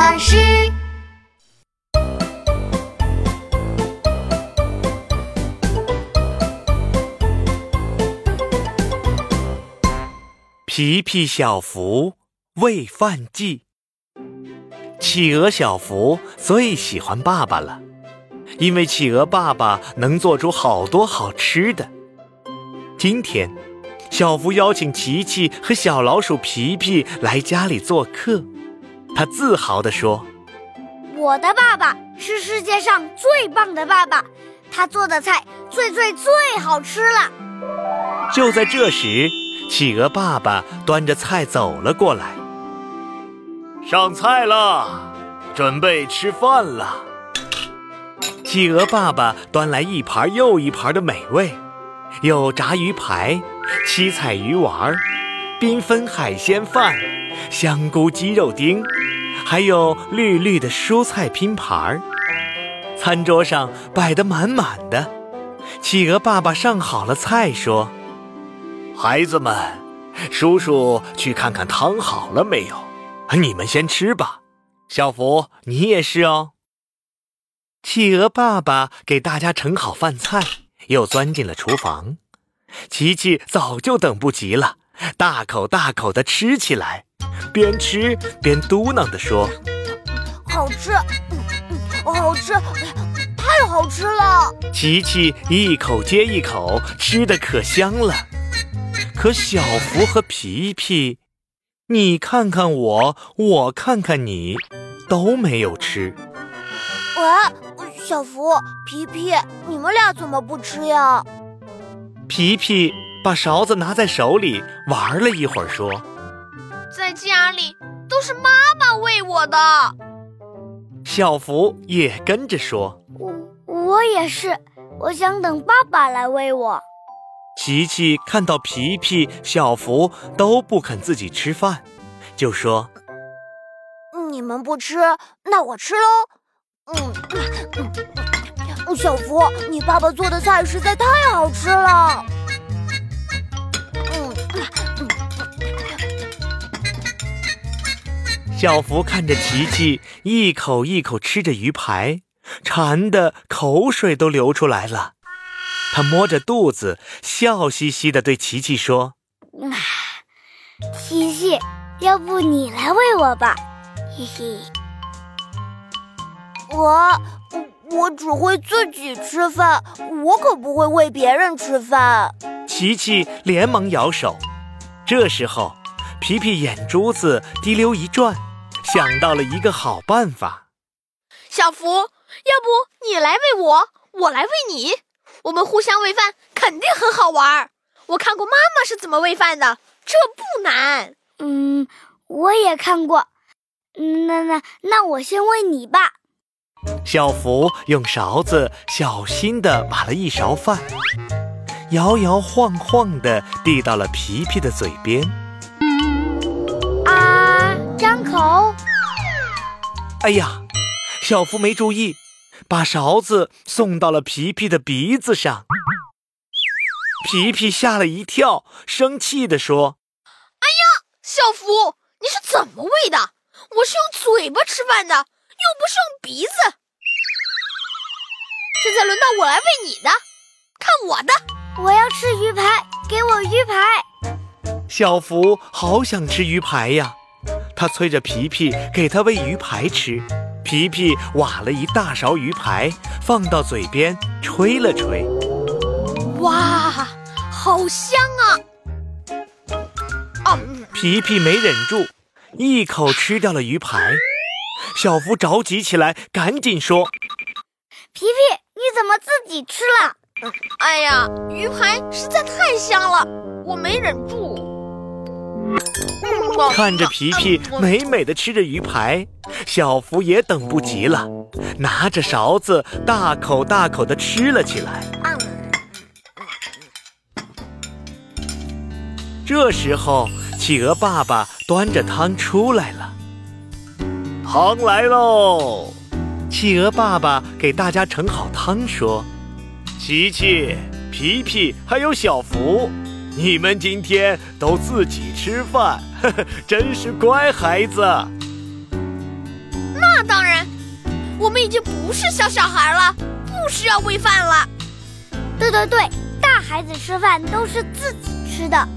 老师。 皮皮小福喂饭记。企鹅小福最喜欢爸爸了，因为企鹅爸爸能做出好多好吃的。今天，小福邀请琪琪和小老鼠皮皮来家里做客。他自豪地说：“ 我的爸爸是世界上最棒的爸爸，他做的菜最好吃了。” 就在这时，企鹅爸爸端着菜走了过来。上菜了，准备吃饭了。企鹅爸爸端来一盘又一盘的美味，有炸鱼排、七彩鱼丸、缤纷海鲜饭、香菇鸡肉丁，还有绿绿的蔬菜拼盘。餐桌上摆得满满的。企鹅爸爸上好了菜，说：“孩子们，叔叔去看看汤好了没有？你们先吃吧。小福，你也是哦。”企鹅爸爸给大家盛好饭菜，又钻进了厨房。琪琪早就等不及了，大口大口地吃起来，边吃边嘟囔地说：“ 好吃，好吃，太好吃了！” 琪琪一口接一口，吃得可香了。可小福和皮皮，你看看我，我看看你，都没有吃。 喂，小福、皮皮，你们俩怎么不吃呀？ 皮皮把勺子拿在手里玩了一会儿，说：“ 在家里都是妈妈喂我的。” 小福也跟着说：“ 我也是，我想等爸爸来喂我。” 琪琪看到皮皮、小福都不肯自己吃饭，就说：“ 你们不吃，那我吃喽。小福，你爸爸做的菜实在太好吃了。 小福看着琪琪一口一口吃着鱼排，馋得口水都流出来了。他摸着肚子，笑嘻嘻地对琪琪说：“ 琪琪，要不你来喂我吧，嘿嘿。”我只会自己吃饭，我可不会喂别人吃饭。 琪琪连忙摇手。这时候，皮皮眼珠子滴溜一转，想到了一个好办法。 小福，要不你来喂我，我来喂你，我们互相喂饭肯定很好玩。我看过妈妈是怎么喂饭的，这不难。 我也看过。那我先喂你吧。 小福用勺子小心地把了一勺饭，摇摇晃晃地递到了皮皮的嘴边。 张口。 哎呀，小福没注意，把勺子送到了皮皮的鼻子上。皮皮吓了一跳，生气地说：“ 哎呀，小福，你是怎么喂的？我是用嘴巴吃饭的，又不是用鼻子。现在轮到我来喂你的，看我的！ 我要吃鱼排，给我鱼排！” 小福好想吃鱼排呀，他催着皮皮给他喂鱼排吃。皮皮挖了一大勺鱼排，放到嘴边吹了吹。 哇，好香啊！ 皮皮没忍住，一口吃掉了鱼排。小福着急起来，赶紧说：“ 皮皮，你怎么自己吃了？” 哎呀，鱼排实在太香了，我没忍住。 看着皮皮美美地吃着鱼排，小福也等不及了，拿着勺子大口大口地吃了起来。这时候，企鹅爸爸端着汤出来了。汤来喽！企鹅爸爸给大家盛好汤，说：“琪琪、皮皮还有小福，你们今天都自己吃饭，真是乖孩子。” 那那当然，我们已经不是小孩了，不需要喂饭了。 对，大孩子吃饭都是自己吃的。